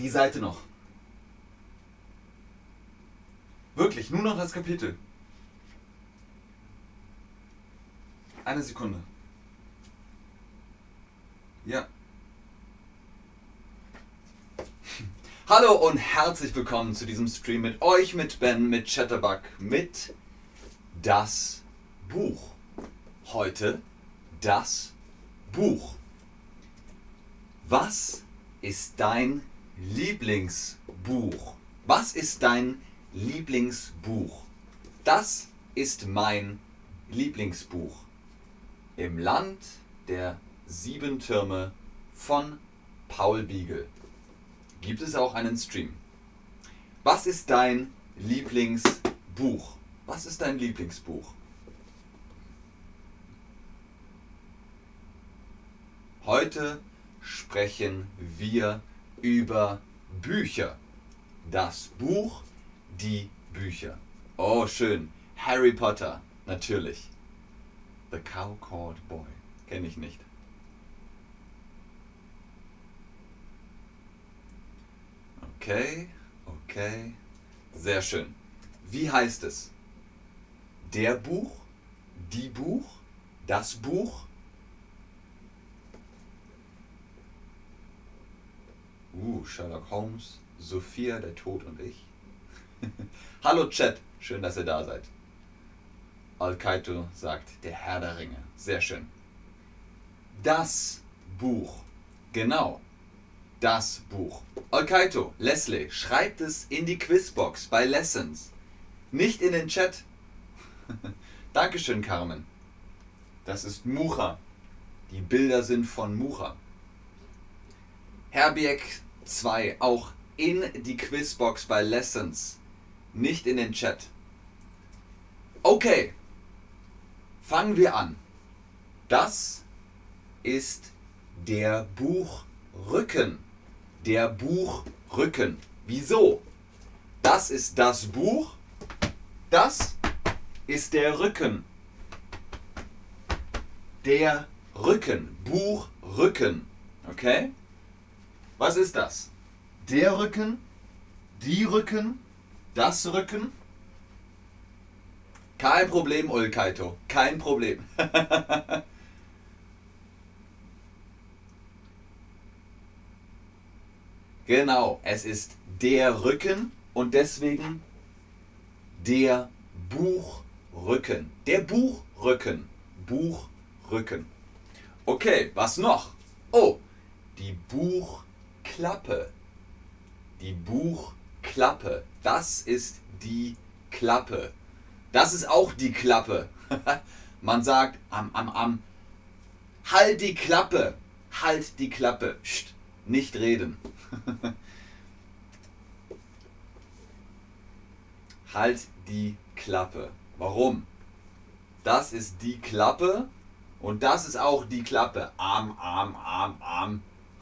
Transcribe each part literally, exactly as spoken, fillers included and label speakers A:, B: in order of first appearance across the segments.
A: die Seite noch. Wirklich, nur noch das Kapitel. Eine Sekunde. Ja. Hallo und herzlich willkommen zu diesem Stream mit euch, mit Ben, mit Chatterbug, mit das Buch. Heute das Buch. Was ist dein Lieblingsbuch? Was ist dein Lieblingsbuch? Das ist mein Lieblingsbuch. Im Land der sieben Türme von Paul Beagle. Gibt es auch einen Stream. Was ist dein Lieblingsbuch? Was ist dein Lieblingsbuch? Heute sprechen wir über Bücher. Das Buch, die Bücher. Oh, schön. Harry Potter, natürlich. The Cow Called Boy. Kenne ich nicht. Okay, okay. Sehr schön. Wie heißt es? Der Buch, die Buch, das Buch. Uh, Sherlock Holmes, Sophia, der Tod und ich. Hallo Chat, schön, dass ihr da seid. Al-Kaito sagt, der Herr der Ringe. Sehr schön. Das Buch. Genau. Das Buch. Al-Kaito, Leslie, schreibt es in die Quizbox bei Lessons. Nicht in den Chat. Dankeschön, Carmen. Das ist Mucha. Die Bilder sind von Mucha. Herbiek zwei, auch in die Quizbox bei Lessons. Nicht in den Chat. Okay. Fangen wir an. Das ist der Buchrücken. Der Buchrücken. Wieso? Das ist das Buch. Das ist der Rücken. Der Rücken. Buchrücken. Okay? Was ist das? Der Rücken, die Rücken, das Rücken. Kein Problem, Ulkaito. Kein Problem. Genau, es ist der Rücken und deswegen der Buchrücken. Der Buchrücken. Buchrücken. Okay, was noch? Oh, die Buchklappe. Die Buchklappe. Das ist die Klappe. Das ist auch die Klappe. Man sagt am, am, am. Halt die Klappe. Halt die Klappe. Psst, nicht reden. Halt die Klappe. Warum? Das ist die Klappe und das ist auch die Klappe. Arm, Arm, Arm, Arm.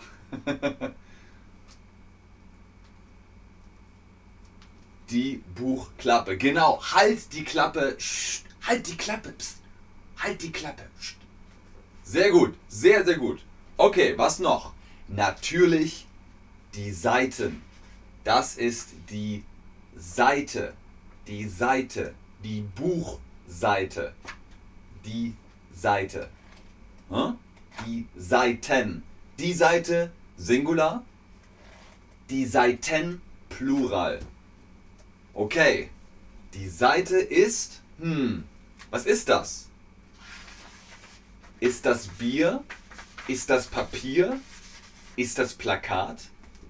A: Die Buchklappe. Genau. Halt die Klappe. Psst. Halt die Klappe. Psst. Halt die Klappe. Psst. Sehr gut. Sehr, sehr gut. Okay, was noch? Natürlich die Seiten. Das ist die Seite. Die Seite. Die Buchseite. Die Seite. Hm? Die Seiten. Die Seite Singular. Die Seiten Plural. Okay. Die Seite ist... Hm. Was ist das? Ist das Bier? Ist das Papier? Ist das Plakat?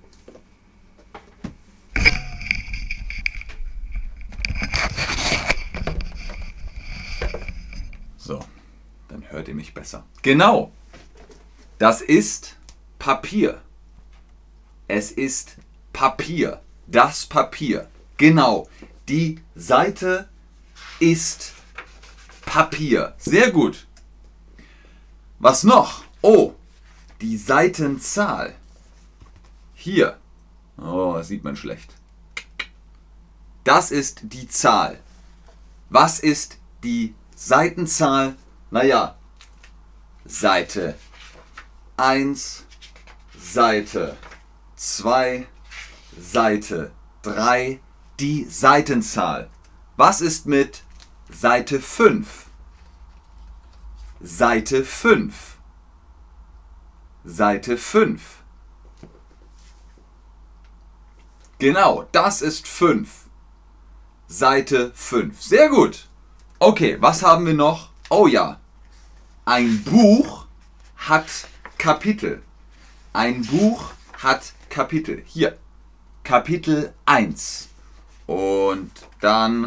A: So, dann hört ihr mich besser. Genau, das ist Papier. Es ist Papier. Das Papier. Genau, die Seite ist Papier. Sehr gut. Was noch? Oh, die Seitenzahl. Hier. Oh, das sieht man schlecht. Das ist die Zahl. Was ist die Seitenzahl? Naja, Seite eins, Seite zwei, Seite drei die Seitenzahl? Was ist mit Seite fünf? Seite fünf. Seite fünf. Genau, das ist fünf. Seite fünf. Sehr gut. Okay, was haben wir noch? Oh ja, ein Buch hat Kapitel. Ein Buch hat Kapitel. Hier, Kapitel eins. Und dann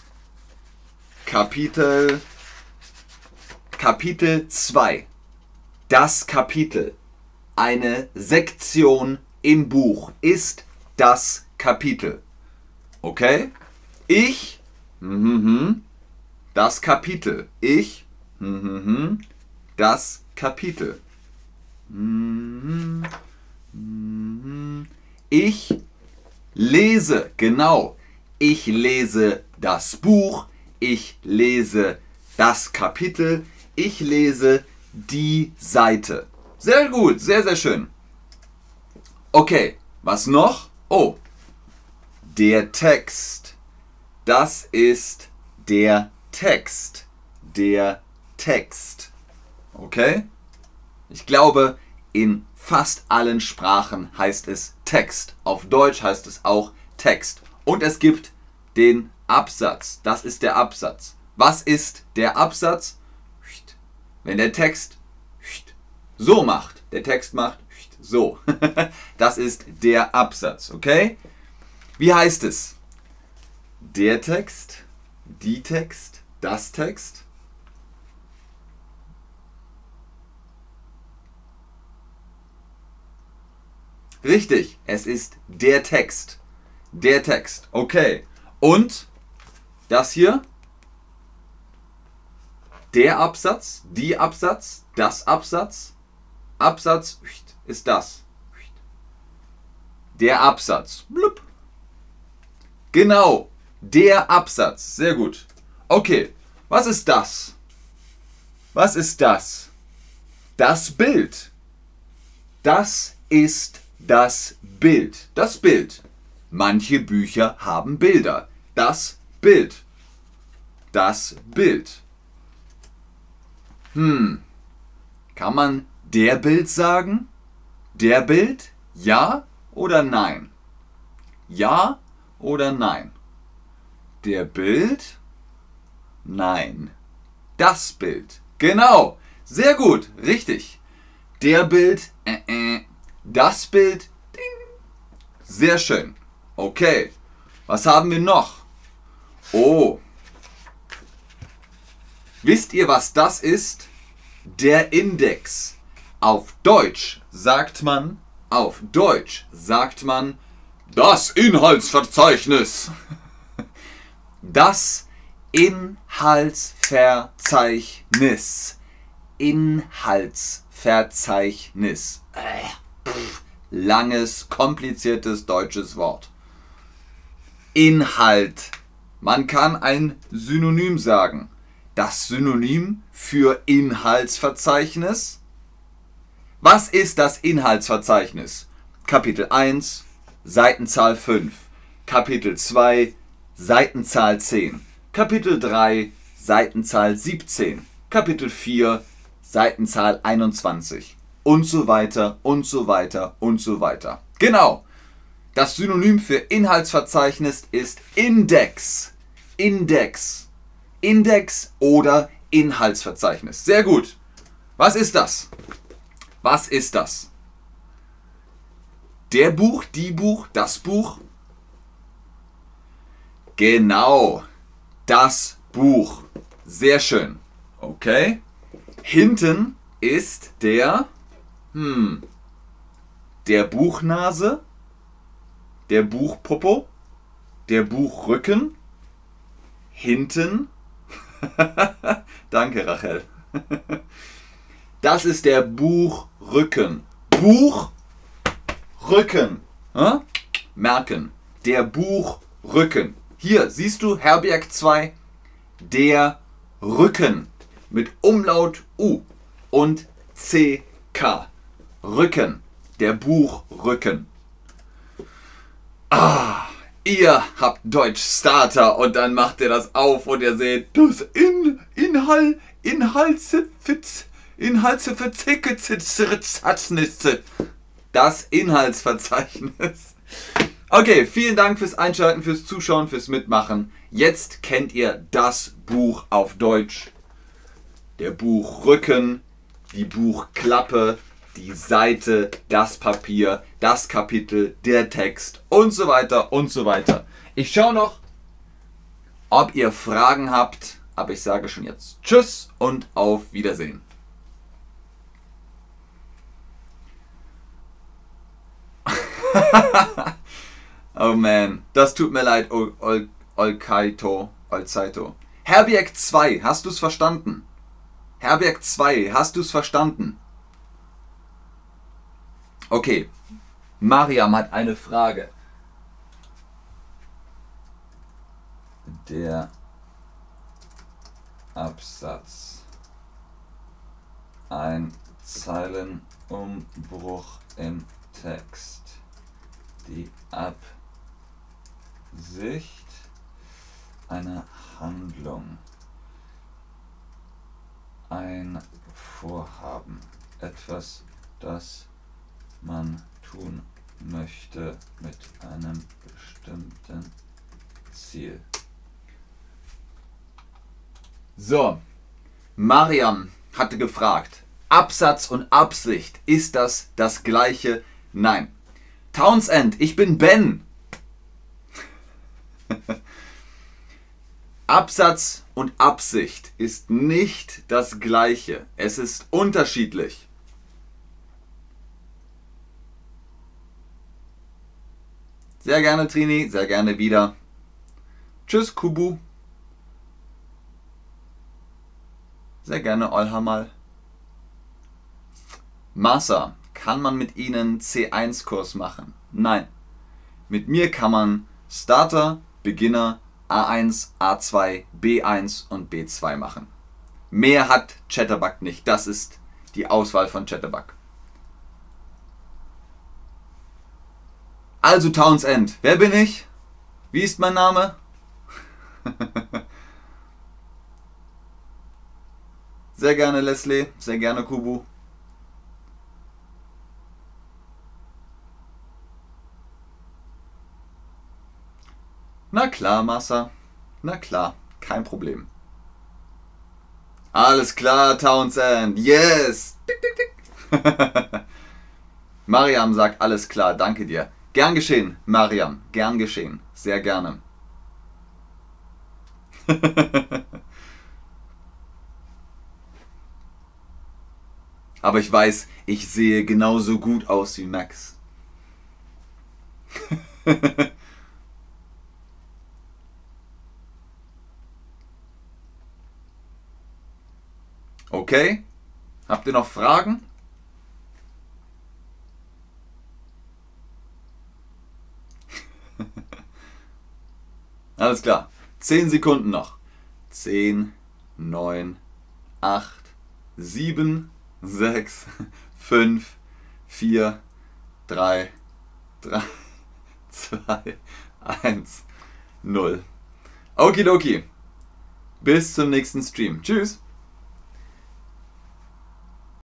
A: Kapitel, Kapitel zwei. Das Kapitel. Eine Sektion im Buch ist das Kapitel. Okay? Ich, das Kapitel. Ich, das Kapitel. Ich lese, genau. Ich lese das Buch. Ich lese das Kapitel. Ich lese die Seite. Sehr gut, sehr, sehr schön. Okay, was noch? Oh, der Text. Das ist der Text. Der Text. Okay? Ich glaube, in fast allen Sprachen heißt es Text. Auf Deutsch heißt es auch Text. Und es gibt den Absatz. Das ist der Absatz. Was ist der Absatz? Wenn der Text so macht. Der Text macht so. Das ist der Absatz. Okay? Wie heißt es? Der Text, die Text, das Text. Richtig, es ist der Text. Der Text. Okay. Und das hier? Der Absatz, die Absatz, das Absatz. Absatz ist das. Der Absatz. Blub. Genau, der Absatz. Sehr gut. Okay, was ist das? Was ist das? Das Bild. Das ist das Bild. Das Bild. Manche Bücher haben Bilder. Das Bild. Das Bild. Hm. Kann man der Bild sagen? Der Bild? Ja oder nein? Ja oder nein? Der Bild? Nein. Das Bild. Genau. Sehr gut. Richtig. Der Bild. Äh, äh. Das Bild. Ding. Sehr schön. Okay. Was haben wir noch? Oh. Wisst ihr, was das ist? Der Index. Auf Deutsch sagt man, auf Deutsch sagt man, das Inhaltsverzeichnis. Das Inhaltsverzeichnis. Inhaltsverzeichnis. Äh, pff, langes, kompliziertes deutsches Wort. Inhalt. Man kann ein Synonym sagen. Das Synonym für Inhaltsverzeichnis. Was ist das Inhaltsverzeichnis? Kapitel eins, Seitenzahl fünf. Kapitel zwei, Seitenzahl zehn. Kapitel drei, Seitenzahl siebzehn. Kapitel vier, Seitenzahl einundzwanzig. Und so weiter und so weiter und so weiter. Genau. Das Synonym für Inhaltsverzeichnis ist Index. Index. Index oder Inhaltsverzeichnis. Sehr gut. Was ist das? Was ist das? Der Buch, die Buch, das Buch? Genau. Das Buch. Sehr schön. Okay. Hinten ist der, hm, der Buchnase, der Buchpopo, der Buchrücken. Hinten. Danke, Rachel. Das ist der Buchrücken. Buchrücken. Hm? Merken. Der Buchrücken. Hier, siehst du, Herberg zwei. Der Rücken. Mit Umlaut U und C K. Rücken. Der Buchrücken. Ah, ihr habt Deutsch Starter und dann macht ihr das auf und ihr seht, das in, Inhalt, Inhaltsfitz, Inhaltsverzeichnis, das Inhaltsverzeichnis. Okay, vielen Dank fürs Einschalten, fürs Zuschauen, fürs Mitmachen. Jetzt kennt ihr das Buch auf Deutsch. Der Buchrücken, die Buchklappe, die Seite, das Papier, das Kapitel, der Text und so weiter und so weiter. Ich schaue noch, ob ihr Fragen habt, aber ich sage schon jetzt Tschüss und auf Wiedersehen. Oh man, das tut mir leid, Ol Ol Olkaito, Olzaito. Herberg zwei, hast du es verstanden? Herberg zwei, hast du es verstanden? Okay, Mariam hat eine Frage. Der Absatz. Ein Zeilenumbruch im Text. Die Absicht einer Handlung. Ein Vorhaben. Etwas, das man tun möchte mit einem bestimmten Ziel. So, Mariam hatte gefragt, Absatz und Absicht, ist das das gleiche? Nein. Townsend, ich bin Ben. Absatz und Absicht ist nicht das gleiche. Es ist unterschiedlich. Sehr gerne, Trini, sehr gerne wieder. Tschüss, Kubu. Sehr gerne, Olhamal. Masa, kann man mit Ihnen C eins Kurs machen? Nein. Mit mir kann man Starter, Beginner, A eins, A zwei, B eins und B zwei machen. Mehr hat Chatterbug nicht. Das ist die Auswahl von Chatterbug. Also Townsend, wer bin ich? Wie ist mein Name? Sehr gerne Leslie, sehr gerne Kubu. Na klar, Massa. Na klar, kein Problem. Alles klar, Townsend. Yes. Tick, tick, tick. Mariam sagt alles klar, danke dir. Gern geschehen, Mariam. Gern geschehen. Sehr gerne. Aber ich weiß, ich sehe genauso gut aus wie Max. Okay? Habt ihr noch Fragen? Alles klar. Zehn Sekunden noch. Zehn, neun, acht, sieben, sechs, fünf, vier, drei, drei, zwei, eins, null. Okidoki. Bis zum nächsten Stream. Tschüss.